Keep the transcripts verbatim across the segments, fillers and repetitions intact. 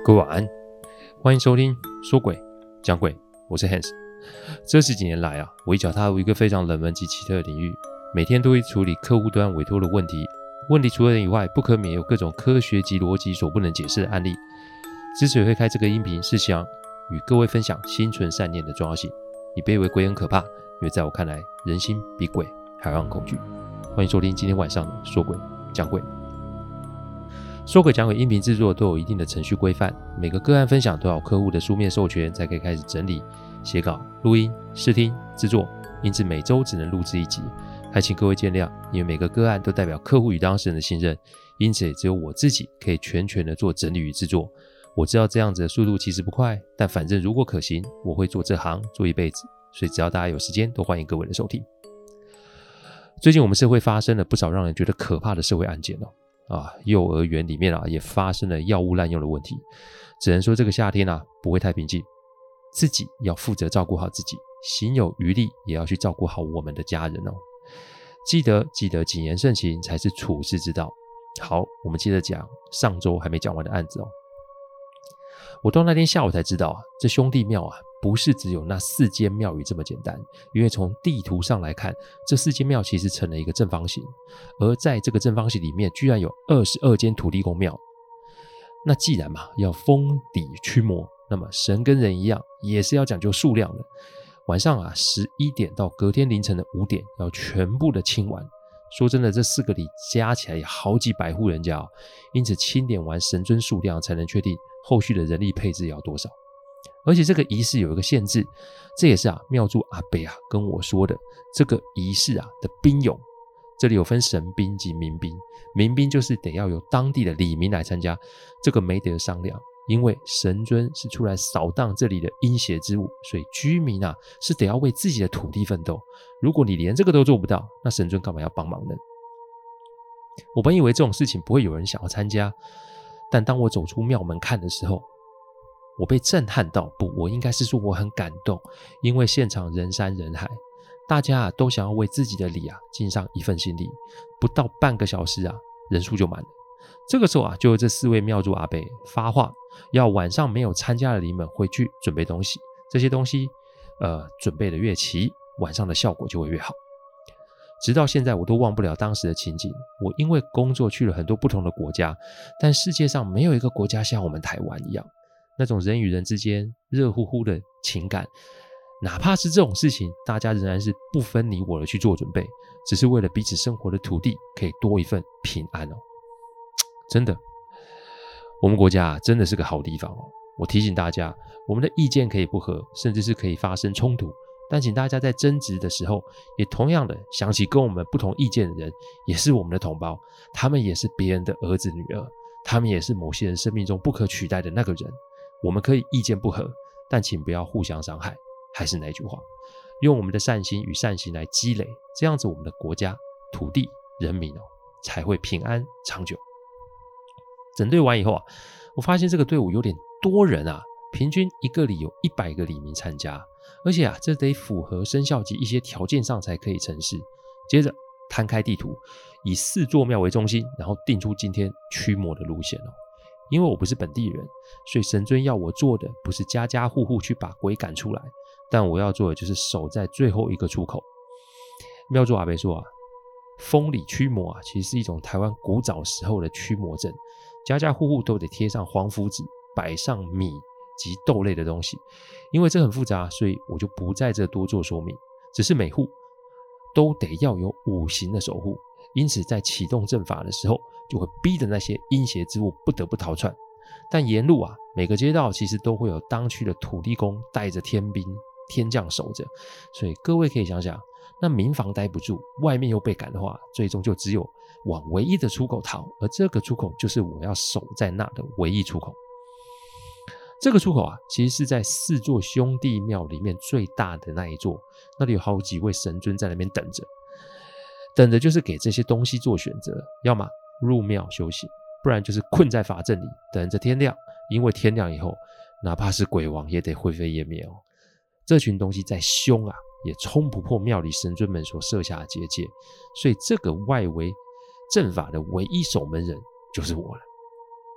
各位晚安，欢迎收听说鬼讲鬼，我是 Hans。这十几年来啊，我一脚踏入一个非常冷门及奇特的领域，每天都会处理客户端委托的问题。问题除了人以外，不可免有各种科学及逻辑所不能解释的案例。之所以会开这个音频，是想与各位分享心存善念的重要性。你别以为鬼很可怕，因为在我看来，人心比鬼还让人恐惧。欢迎收听今天晚上的说鬼讲鬼。说鬼讲鬼音频制作都有一定的程序规范，每个个案分享都要有客户的书面授权才可以开始整理、写稿、录音、试听、制作，因此每周只能录制一集，还请各位见谅。因为每个个案都代表客户与当事人的信任，因此也只有我自己可以全权的做整理与制作。我知道这样子的速度其实不快，但反正如果可行，我会做这行做一辈子，所以只要大家有时间，都欢迎各位的收听。最近我们社会发生了不少让人觉得可怕的社会案件哦。啊，幼儿园里面啊也发生了药物滥用的问题，只能说这个夏天啊不会太平静，自己要负责照顾好自己，行有余力也要去照顾好我们的家人哦。记得记得谨言慎行才是处世之道。好，我们接着讲上周还没讲完的案子哦。我到那天下午才知道啊，这兄弟庙啊不是只有那四间庙宇这么简单，因为从地图上来看，这四间庙其实成了一个正方形，而在这个正方形里面居然有二十二间土地公庙。那既然嘛要封地驱魔，那么神跟人一样也是要讲究数量的。晚上啊十一点到隔天凌晨的五点要全部的清完。说真的，这四个里加起来也好几百户人家哦，因此清点完神尊数量才能确定后续的人力配置要多少。而且这个仪式有一个限制，这也是啊庙祝阿伯啊跟我说的。这个仪式啊的兵勇，这里有分神兵及民兵，民兵就是得要由当地的里民来参加，这个没得商量，因为神尊是出来扫荡这里的阴邪之物，所以居民啊是得要为自己的土地奋斗。如果你连这个都做不到，那神尊干嘛要帮忙呢？我本以为这种事情不会有人想要参加，但当我走出庙门看的时候，我被震撼到，不，我应该是说我很感动，因为现场人山人海，大家啊都想要为自己的礼啊尽上一份心力，不到半个小时啊人数就满了。这个时候啊就有这四位庙祝阿伯发话，要晚上没有参加的灵们回去准备东西，这些东西呃准备的越齐，晚上的效果就会越好。直到现在我都忘不了当时的情景。我因为工作去了很多不同的国家，但世界上没有一个国家像我们台湾一样，那种人与人之间热乎乎的情感，哪怕是这种事情，大家仍然是不分你我的去做准备，只是为了彼此生活的土地可以多一份平安哦。真的，我们国家啊真的是个好地方哦。我提醒大家，我们的意见可以不合，甚至是可以发生冲突，但请大家在争执的时候，也同样的想起跟我们不同意见的人也是我们的同胞，他们也是别人的儿子女儿，他们也是某些人生命中不可取代的那个人。我们可以意见不合，但请不要互相伤害。还是那句话，用我们的善心与善行来积累，这样子我们的国家、土地、人民哦才会平安长久。整队完以后啊，我发现这个队伍有点多人啊，平均一个里有一百个里民参加，而且啊，这得符合生肖及一些条件上才可以成事。接着摊开地图，以四座庙为中心，然后定出今天驱魔的路线哦。因为我不是本地人，所以神尊要我做的不是家家户户去把鬼赶出来，但我要做的就是守在最后一个出口。庙祝阿伯说啊，封礼驱魔啊，其实是一种台湾古早时候的驱魔阵，家家户户都得贴上黄符纸，摆上米及豆类的东西。因为这很复杂，所以我就不在这多做说明，只是每户都得要有五行的守护，因此在启动阵法的时候，就会逼得那些阴邪之物不得不逃窜。但沿路啊，每个街道其实都会有当区的土地公带着天兵天将守着，所以各位可以想想，那民房待不住，外面又被赶的话，最终就只有往唯一的出口逃，而这个出口就是我要守在那的唯一出口。这个出口啊，其实是在四座兄弟庙里面最大的那一座，那里有好几位神尊在那边等着，等着就是给这些东西做选择，要么入庙修行，不然就是困在法阵里等着天亮，因为天亮以后，哪怕是鬼王也得灰飞烟灭哦。这群东西再凶啊，也冲不破庙里神尊们所设下的结界，所以这个外围阵法的唯一守门人就是我了。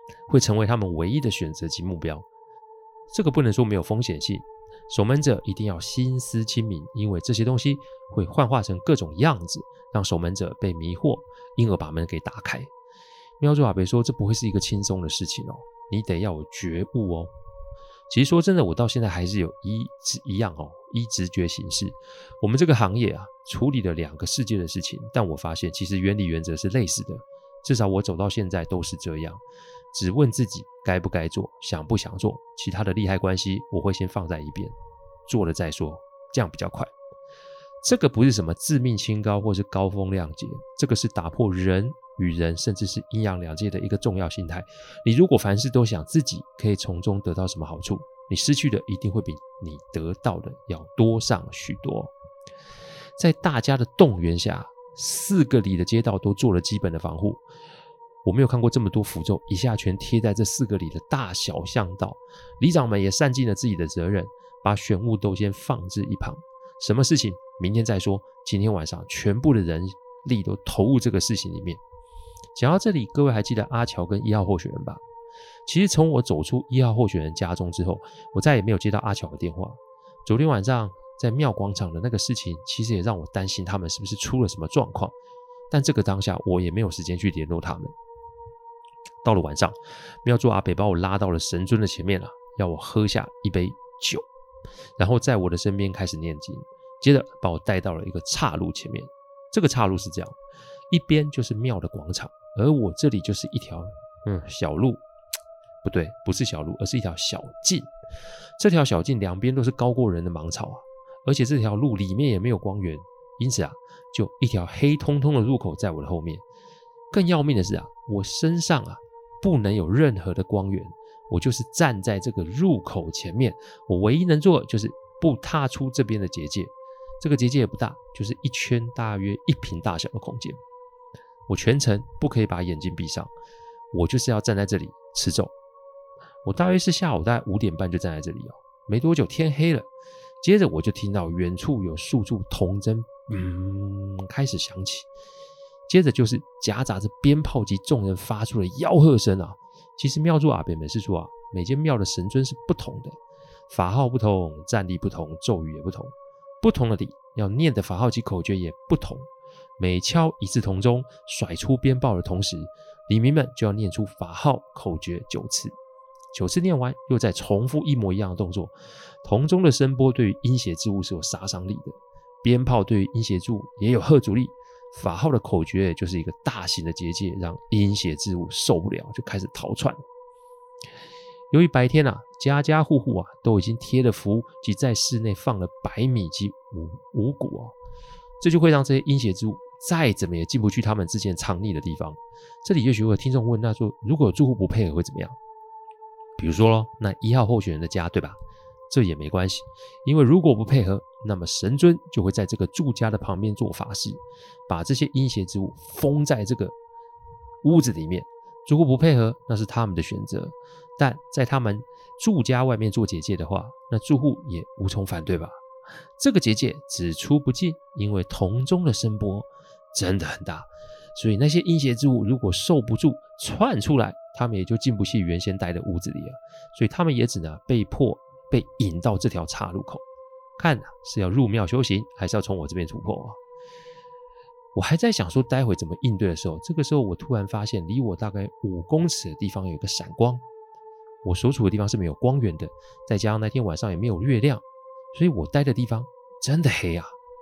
会成为他们唯一的选择及目标。这个不能说没有风险性，守门者一定要心思清明，因为这些东西会幻化成各种样子，让守门者被迷惑，因而把门给打开。妙珠阿伯说，这不会是一个轻松的事情哦，你得要有觉悟哦。其实说真的，我到现在还是有一一样哦，依直觉行事。我们这个行业啊，处理了两个世界的事情，但我发现其实原理原则是类似的，至少我走到现在都是这样。只问自己该不该做，想不想做，其他的利害关系我会先放在一边，做了再说，这样比较快。这个不是什么自命清高或是高风亮节，这个是打破人与人甚至是阴阳两界的一个重要心态。你如果凡事都想自己可以从中得到什么好处，你失去的一定会比你得到的要多上许多。在大家的动员下，四个里的街道都做了基本的防护。我没有看过这么多符咒一下全贴在这四个里的大小巷道，里长们也善尽了自己的责任，把选物都先放置一旁，什么事情明天再说，今天晚上全部的人力都投入这个事情里面。讲到这里，各位还记得阿乔跟一号候选人吧？其实从我走出一号候选人家中之后，我再也没有接到阿乔的电话。昨天晚上在庙广场的那个事情，其实也让我担心他们是不是出了什么状况，但这个当下我也没有时间去联络他们。到了晚上，庙祝阿北把我拉到了神尊的前面了，要我喝下一杯酒，然后在我的身边开始念经，接着把我带到了一个岔路前面。这个岔路是这样，一边就是庙的广场，而我这里就是一条嗯小路，不对，不是小路，而是一条小径。这条小径两边都是高过人的芒草啊，而且这条路里面也没有光源，因此啊，就一条黑通通的入口在我的后面。更要命的是啊，我身上啊不能有任何的光源，我就是站在这个入口前面，我唯一能做的就是不踏出这边的结界。这个结界也不大，就是一圈大约一坪大小的空间。我全程不可以把眼睛闭上，我就是要站在这里持咒。我大约是下午大概五点半就站在这里哦，没多久天黑了，接着我就听到远处有数柱铜针嗯开始响起，接着就是夹杂着鞭炮及众人发出的吆喝声啊。其实庙祝阿北们是说啊，每间庙的神尊是不同的，法号不同，战力不同，咒语也不同，不同的里要念的法号及口诀也不同。每敲一次铜钟，甩出鞭炮的同时，里民们就要念出法号口诀九次，九次念完又再重复一模一样的动作。铜钟的声波对于阴邪之物是有杀伤力的，鞭炮对于阴邪之物也有吓阻力，法号的口诀就是一个大型的结界，让阴邪之物受不了就开始逃窜。由于白天啊，家家户户啊都已经贴了符及在室内放了白米及五谷哦，这就会让这些阴邪之物再怎么也进不去他们之前藏匿的地方。这里也许会有听众问，那说如果有住户不配合会怎么样？比如说咯，那一号候选人的家对吧？这也没关系，因为如果不配合，那么神尊就会在这个住家的旁边做法事，把这些阴邪之物封在这个屋子里面。住户不配合，那是他们的选择，但在他们住家外面做结界的话，那住户也无从反对吧？这个结界只出不进，因为铜钟的声波真的很大，所以那些阴邪之物如果受不住窜出来，他们也就进不去原先待的屋子里了，所以他们也只能被迫被引到这条岔路口，看是要入庙修行，还是要从我这边突破啊？我还在想说待会怎么应对的时候，这个时候我突然发现离我大概五公尺的地方有一个闪光，我所处的地方是没有光源的，再加上那天晚上也没有月亮，所以我待的地方真的黑啊。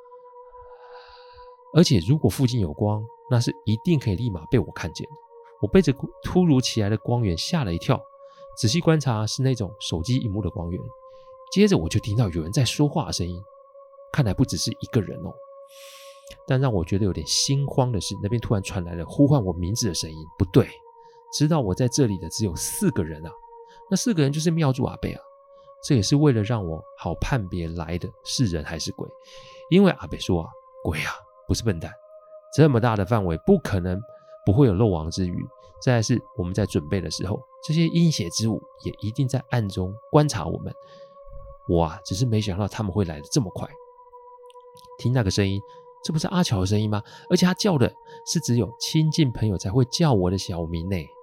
而且如果附近有光，那是一定可以立马被我看见的。我被这突如其来的光源吓了一跳，仔细观察是那种手机萤幕的光源，接着我就听到有人在说话的声音，看来不只是一个人哦。但让我觉得有点心慌的是，那边突然传来了呼唤我名字的声音。不对，知道我在这里的只有四个人啊，那四个人就是庙祝阿伯啊。这也是为了让我好判别来的是人还是鬼，因为阿伯说啊，鬼啊不是笨蛋，这么大的范围不可能不会有漏网之鱼。再来是我们在准备的时候，这些阴邪之物也一定在暗中观察我们。我啊只是没想到他们会来得这么快。听那个声音，这不是阿乔的声音吗？而且他叫的是只有亲近朋友才会叫我的小名呢。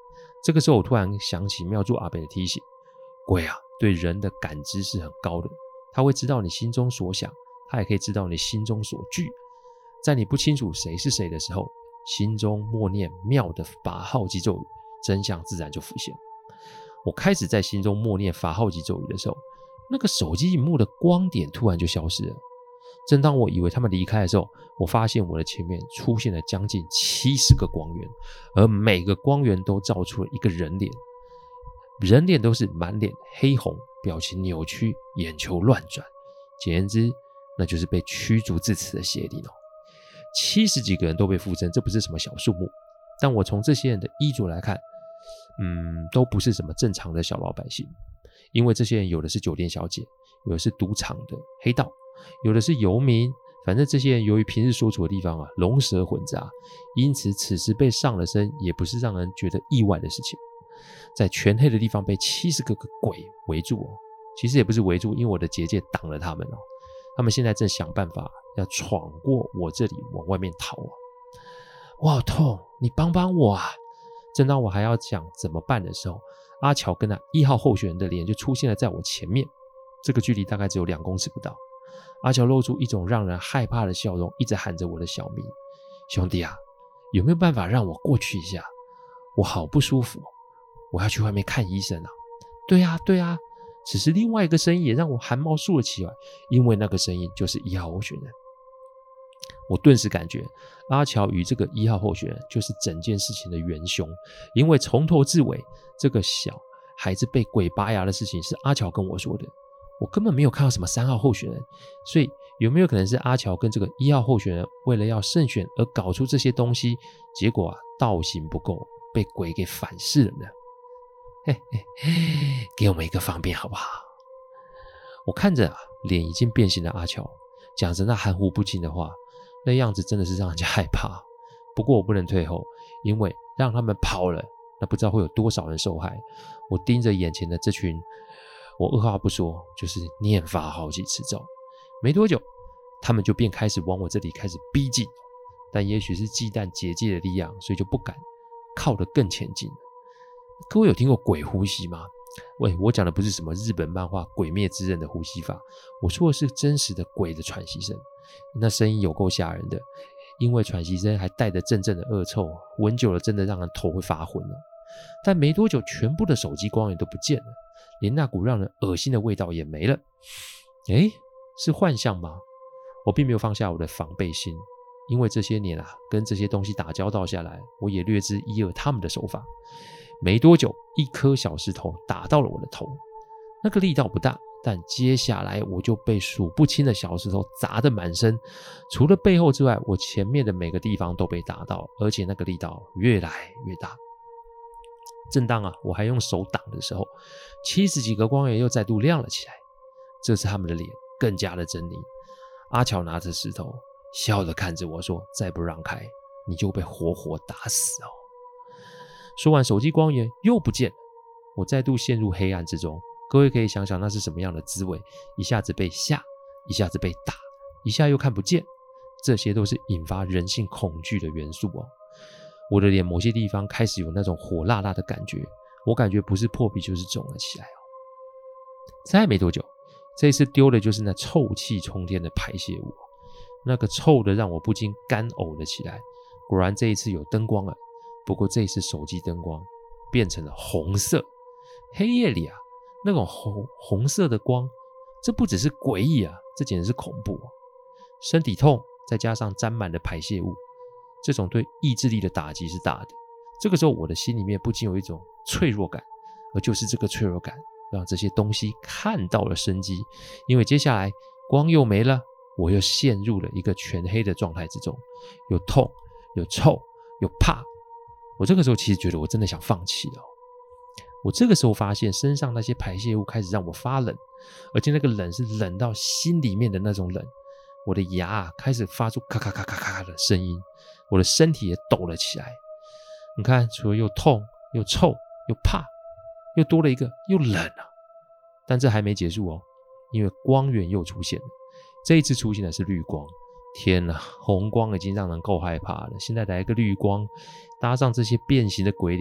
这个时候我突然想起妙珠阿伯的提醒，鬼啊对人的感知是很高的，他会知道你心中所想，他也可以知道你心中所惧。在你不清楚谁是谁的时候，心中默念妙的法号及咒语，真相自然就浮现。我开始在心中默念法号及咒语的时候，那个手机荧幕的光点突然就消失了。正当我以为他们离开的时候，我发现我的前面出现了将近七十个光源，而每个光源都照出了一个人脸，人脸都是满脸黑红，表情扭曲，眼球乱转。简言之，那就是被驱逐至此的邪灵哦。七十几个人都被附身，这不是什么小数目，但我从这些人的衣着来看，嗯，都不是什么正常的小老百姓，因为这些人有的是酒店小姐，有的是赌场的黑道，有的是游民，反正这些人由于平日所处的地方啊，龙蛇混杂，因此此时被上了身也不是让人觉得意外的事情。在全黑的地方被七十个个鬼围住哦，其实也不是围住，因为我的结界挡了他们哦，他们现在正想办法要闯过我这里往外面逃啊！我好痛，你帮帮我啊！正当我还要想怎么办的时候，阿乔跟那一号候选人的脸就出现了在我前面，这个距离大概只有两公尺不到。阿乔露出一种让人害怕的笑容，一直喊着我的小名：兄弟啊，有没有办法让我过去一下？我好不舒服，我要去外面看医生啊！对啊，对啊。此时另外一个声音也让我汗毛竖了起来，因为那个声音就是一号候选人。我顿时感觉阿乔与这个一号候选人就是整件事情的元凶，因为从头至尾这个小孩子被鬼拔牙的事情是阿乔跟我说的，我根本没有看到什么三号候选人，所以有没有可能是阿乔跟这个一号候选人为了要胜选而搞出这些东西，结果啊道行不够，被鬼给反噬了呢？嘿嘿嘿，给我们一个方便好不好？我看着啊脸已经变形的阿乔，讲着那含糊不清的话，那样子真的是让人家害怕。不过我不能退后，因为让他们跑了，那不知道会有多少人受害。我盯着眼前的这群，我二话不说就是念法好几次咒。没多久，他们就便开始往我这里开始逼近，但也许是忌惮结界的力量，所以就不敢靠得更前进了。各位有听过鬼呼吸吗？喂，我讲的不是什么日本漫画《鬼灭之刃》的呼吸法，我说的是真实的鬼的喘息声。那声音有够吓人的，因为喘息声还带着阵阵的恶臭，闻久了真的让人头会发昏哦。但没多久，全部的手机光源都不见了，连那股让人恶心的味道也没了。诶，是幻象吗？我并没有放下我的防备心，因为这些年啊，跟这些东西打交道下来，我也略知一二他们的手法。没多久，一颗小石头打到了我的头，那个力道不大，但接下来我就被数不清的小石头砸得满身，除了背后之外，我前面的每个地方都被打到，而且那个力道越来越大。正当啊我还用手挡的时候，七十几个光源又再度亮了起来，这次他们的脸更加的狰狞。阿乔拿着石头笑着看着我说，再不让开你就被活活打死哦。说完，手机光源又不见了，我再度陷入黑暗之中。各位可以想想那是什么样的滋味，一下子被吓，一下子被打，一下又看不见，这些都是引发人性恐惧的元素哦。我的脸某些地方开始有那种火辣辣的感觉，我感觉不是破皮就是肿了起来哦。再没多久，这一次丢的就是那臭气冲天的排泄物，那个臭的让我不禁干呕了起来。果然这一次有灯光了，不过这一次手机灯光变成了红色。黑夜里啊，那种 红, 红色的光，这不只是诡异啊，这简直是恐怖啊。身体痛再加上沾满了排泄物，这种对意志力的打击是大的。这个时候我的心里面不禁有一种脆弱感，而就是这个脆弱感让这些东西看到了生机。因为接下来光又没了，我又陷入了一个全黑的状态之中，有痛有臭有怕。我这个时候其实觉得我真的想放弃了。我这个时候发现身上那些排泄物开始让我发冷，而且那个冷是冷到心里面的那种冷。我的牙啊开始发出咔咔咔咔咔的声音，我的身体也抖了起来。你看，除了又痛又臭又怕，又多了一个又冷啊。但这还没结束哦，因为光源又出现了。这一次出现的是绿光。天哪，红光已经让人够害怕了，现在来一个绿光，搭上这些变形的鬼脸啊，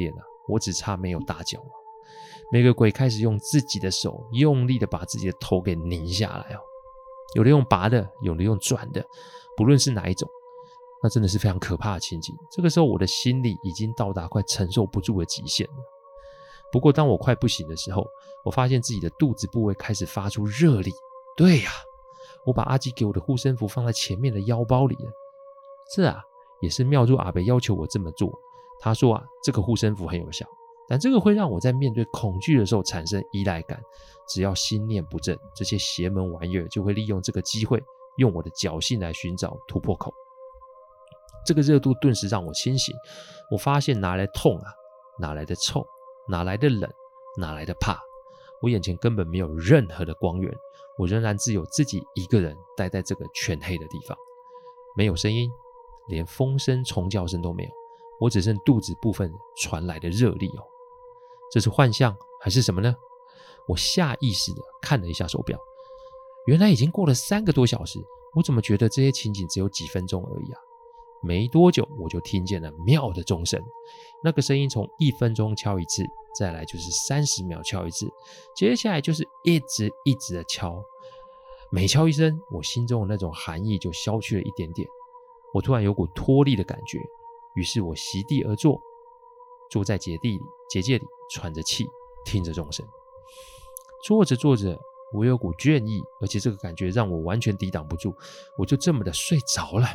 我只差没有大叫了。每个鬼开始用自己的手用力的把自己的头给拧下来哦，有的用拔的，有的用转的，不论是哪一种，那真的是非常可怕的情景。这个时候我的心理已经到达快承受不住的极限了。不过当我快不行的时候，我发现自己的肚子部位开始发出热力。对呀、啊，我把阿基给我的护身符放在前面的腰包里了。这啊也是妙珠阿伯要求我这么做。他说啊，这个护身符很有效，但这个会让我在面对恐惧的时候产生依赖感。只要心念不正，这些邪门玩意儿就会利用这个机会，用我的侥幸来寻找突破口。这个热度顿时让我清醒，我发现哪来的痛啊，哪来的臭，哪来的冷，哪来的怕。我眼前根本没有任何的光源，我仍然只有自己一个人待在这个全黑的地方，没有声音，连风声虫叫声都没有，我只剩肚子部分传来的热力哦。这是幻象还是什么呢？我下意识的看了一下手表，原来已经过了三个多小时，我怎么觉得这些情景只有几分钟而已啊？没多久我就听见了妙的钟声，那个声音从一分钟敲一次，再来就是三十秒敲一次，接下来就是一直一直的敲，每敲一声，我心中的那种寒意就消去了一点点。我突然有股脱力的感觉，于是我席地而坐，坐在结地里结界里喘着气，听着钟声。坐着坐着，我有股倦意，而且这个感觉让我完全抵挡不住，我就这么的睡着了。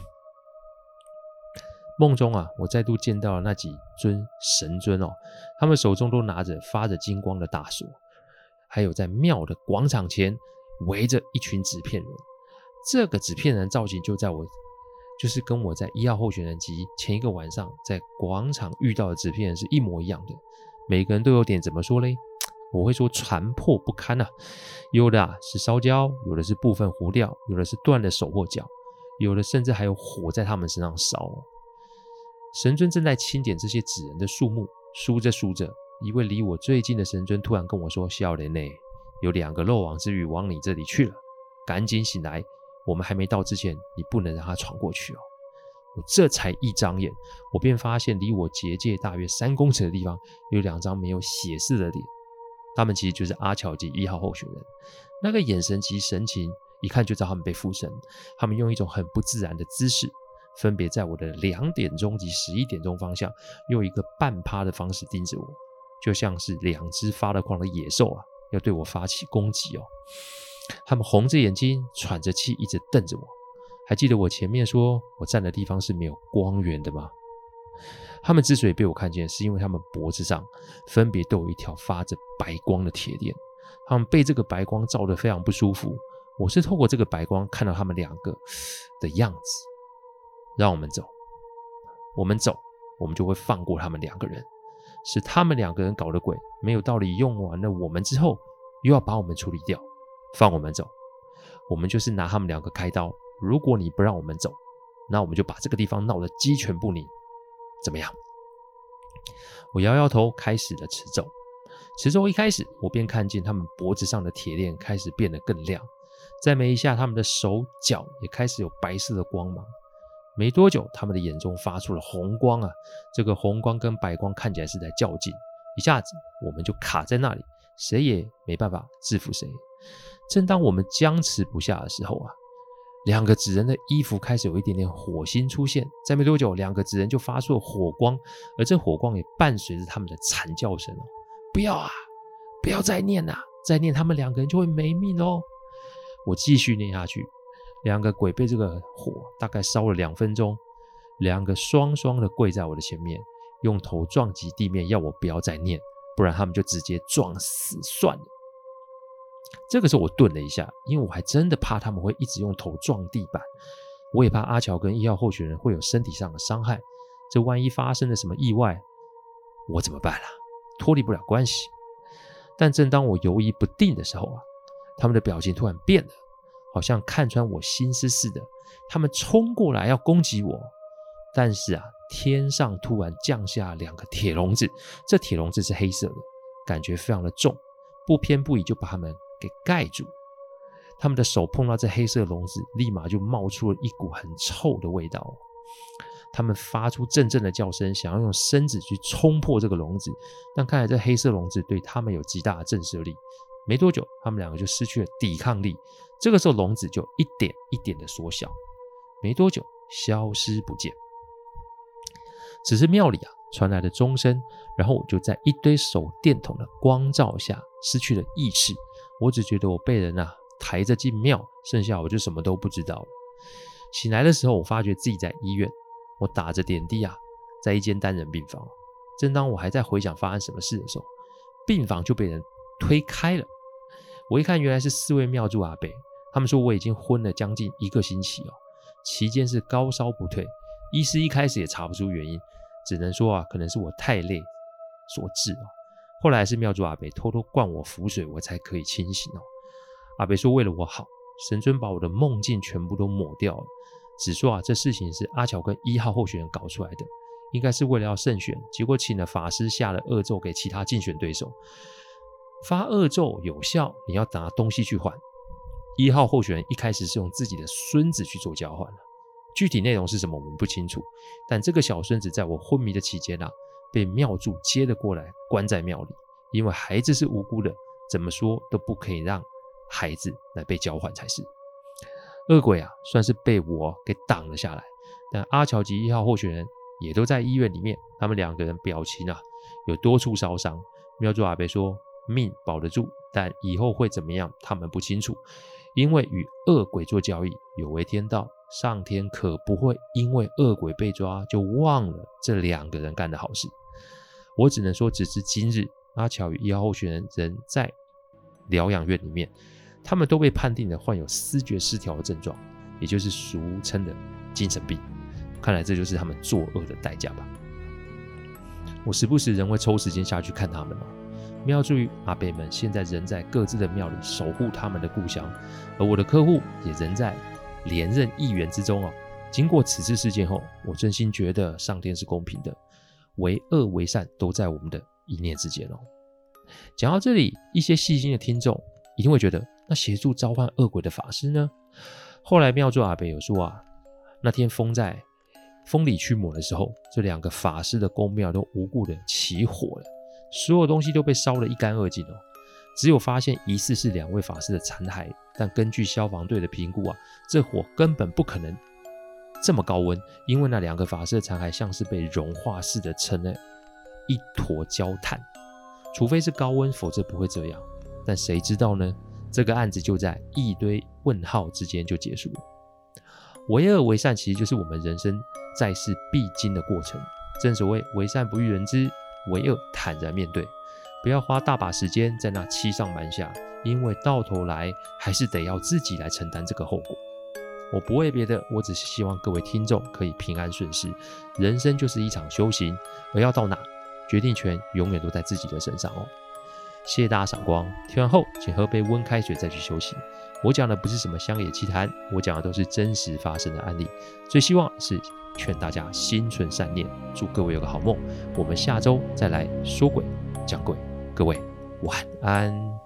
梦中啊，我再度见到了那几尊神尊哦，他们手中都拿着发着金光的大锁，还有在庙的广场前围着一群纸片人。这个纸片人造型就在我就是跟我在一号候选人及前一个晚上在广场遇到的纸片人是一模一样的。每个人都有点怎么说嘞？我会说残破不堪啊，有的啊是烧焦，有的是部分糊掉，有的是断了手或脚，有的甚至还有火在他们身上烧哦。神尊正在清点这些纸人的数目，数着数着，一位离我最近的神尊突然跟我说：“少年呢，有两个漏网之鱼往你这里去了，赶紧醒来，我们还没到之前，你不能让他闯过去哦。”我这才一张眼，我便发现离我结界大约三公尺的地方有两张没有血色的脸，他们其实就是阿乔及一号候选人。那个眼神及神情，一看就知道他们被附身。他们用一种很不自然的姿势，分别在我的两点钟及十一点钟方向，用一个半趴的方式盯着我，就像是两只发了狂的野兽啊，要对我发起攻击哦。他们红着眼睛，喘着气，一直瞪着我。还记得我前面说我站的地方是没有光源的吗？他们之所以被我看见，是因为他们脖子上分别都有一条发着白光的铁链，他们被这个白光照得非常不舒服。我是透过这个白光看到他们两个的样子。让我们走，我们走，我们就会放过他们两个人。是他们两个人搞的鬼，没有道理用完了我们之后，又要把我们处理掉。放我们走，我们就是拿他们两个开刀。如果你不让我们走，那我们就把这个地方闹得鸡犬不宁，怎么样？我摇摇头，开始了持咒。持咒一开始，我便看见他们脖子上的铁链开始变得更亮，再没一下，他们的手脚也开始有白色的光芒。没多久，他们的眼中发出了红光啊！这个红光跟白光看起来是在较劲，一下子我们就卡在那里，谁也没办法制服谁。正当我们僵持不下的时候啊，两个纸人的衣服开始有一点点火星出现，再没多久，两个纸人就发出了火光，而这火光也伴随着他们的惨叫声哦！不要啊，不要再念啊，再念他们两个人就会没命哦！我继续念下去，两个鬼被这个火大概烧了两分钟，两个双双的跪在我的前面，用头撞击地面，要我不要再念，不然他们就直接撞死算了。这个时候我顿了一下，因为我还真的怕他们会一直用头撞地板，我也怕阿乔跟一号候选人会有身体上的伤害，这万一发生了什么意外，我怎么办啊？脱离不了关系。但正当我犹疑不定的时候啊，他们的表情突然变了，好像看穿我心思似的，他们冲过来要攻击我。但是啊，天上突然降下两个铁笼子，这铁笼子是黑色的，感觉非常的重，不偏不倚就把他们给盖住。他们的手碰到这黑色笼子，立马就冒出了一股很臭的味道。 他们发出阵阵的叫声，想要用身子去冲破这个笼子，但看来这黑色笼子对他们有极大的震慑力。没多久，他们两个就失去了抵抗力。这个时候，笼子就一点一点的缩小，没多久消失不见。只是庙里啊传来了钟声，然后我就在一堆手电筒的光照下失去了意识。我只觉得我被人啊抬着进庙，剩下我就什么都不知道了。醒来的时候，我发觉自己在医院，我打着点滴啊，在一间单人病房。正当我还在回想发生什么事的时候，病房就被人推开了。我一看，原来是四位庙祝阿伯，他们说我已经昏了将近一个星期哦，期间是高烧不退，医师一开始也查不出原因，只能说啊，可能是我太累所致哦。后来是庙祝阿伯偷偷灌我符水，我才可以清醒哦。阿伯说为了我好，神尊把我的梦境全部都抹掉了，只说啊，这事情是阿乔跟一号候选人搞出来的，应该是为了要胜选，结果请了法师下了恶咒给其他竞选对手。发恶咒有效，你要拿东西去换。一号候选人一开始是用自己的孙子去做交换，具体内容是什么我们不清楚，但这个小孙子在我昏迷的期间啊，被庙祝接了过来，关在庙里，因为孩子是无辜的，怎么说都不可以让孩子来被交换才是。恶鬼啊，算是被我给挡了下来，但阿乔及一号候选人也都在医院里面，他们两个人表情啊有多处烧伤。庙祝阿伯说命保得住，但以后会怎么样他们不清楚，因为与恶鬼做交易有违天道，上天可不会因为恶鬼被抓就忘了这两个人干的好事。我只能说直至今日，阿乔与一号候选人仍在疗养院里面，他们都被判定了患有思觉失调的症状，也就是俗称的精神病。看来这就是他们作恶的代价吧。我时不时仍会抽时间下去看他们哦。庙祝阿伯们现在仍在各自的庙里守护他们的故乡，而我的客户也仍在连任议员之中哦。经过此次事件后，我真心觉得上天是公平的，为恶为善都在我们的一念之间哦。讲到这里，一些细心的听众一定会觉得，那协助召唤恶鬼的法师呢？后来庙祝阿伯有说啊，那天风在风里驱魔的时候，这两个法师的宫庙都无故的起火了。所有东西都被烧得一干二净哦，只有发现疑似是两位法师的残骸，但根据消防队的评估啊，这火根本不可能这么高温，因为那两个法师的残骸像是被融化似的成了一坨焦炭，除非是高温，否则不会这样。但谁知道呢？这个案子就在一堆问号之间就结束了。为恶为善其实就是我们人生在世必经的过程，正所谓为善不欲人知，为恶坦然面对，不要花大把时间在那欺上瞒下，因为到头来还是得要自己来承担这个后果。我不为别的，我只是希望各位听众可以平安顺遂。人生就是一场修行，而要到哪，决定权永远都在自己的身上哦。谢谢大家赏光，听完后请喝杯温开水再去休息。我讲的不是什么乡野奇谈，我讲的都是真实发生的案例，最希望是劝大家心存善念，祝各位有个好梦。我们下周再来说鬼讲鬼，各位晚安。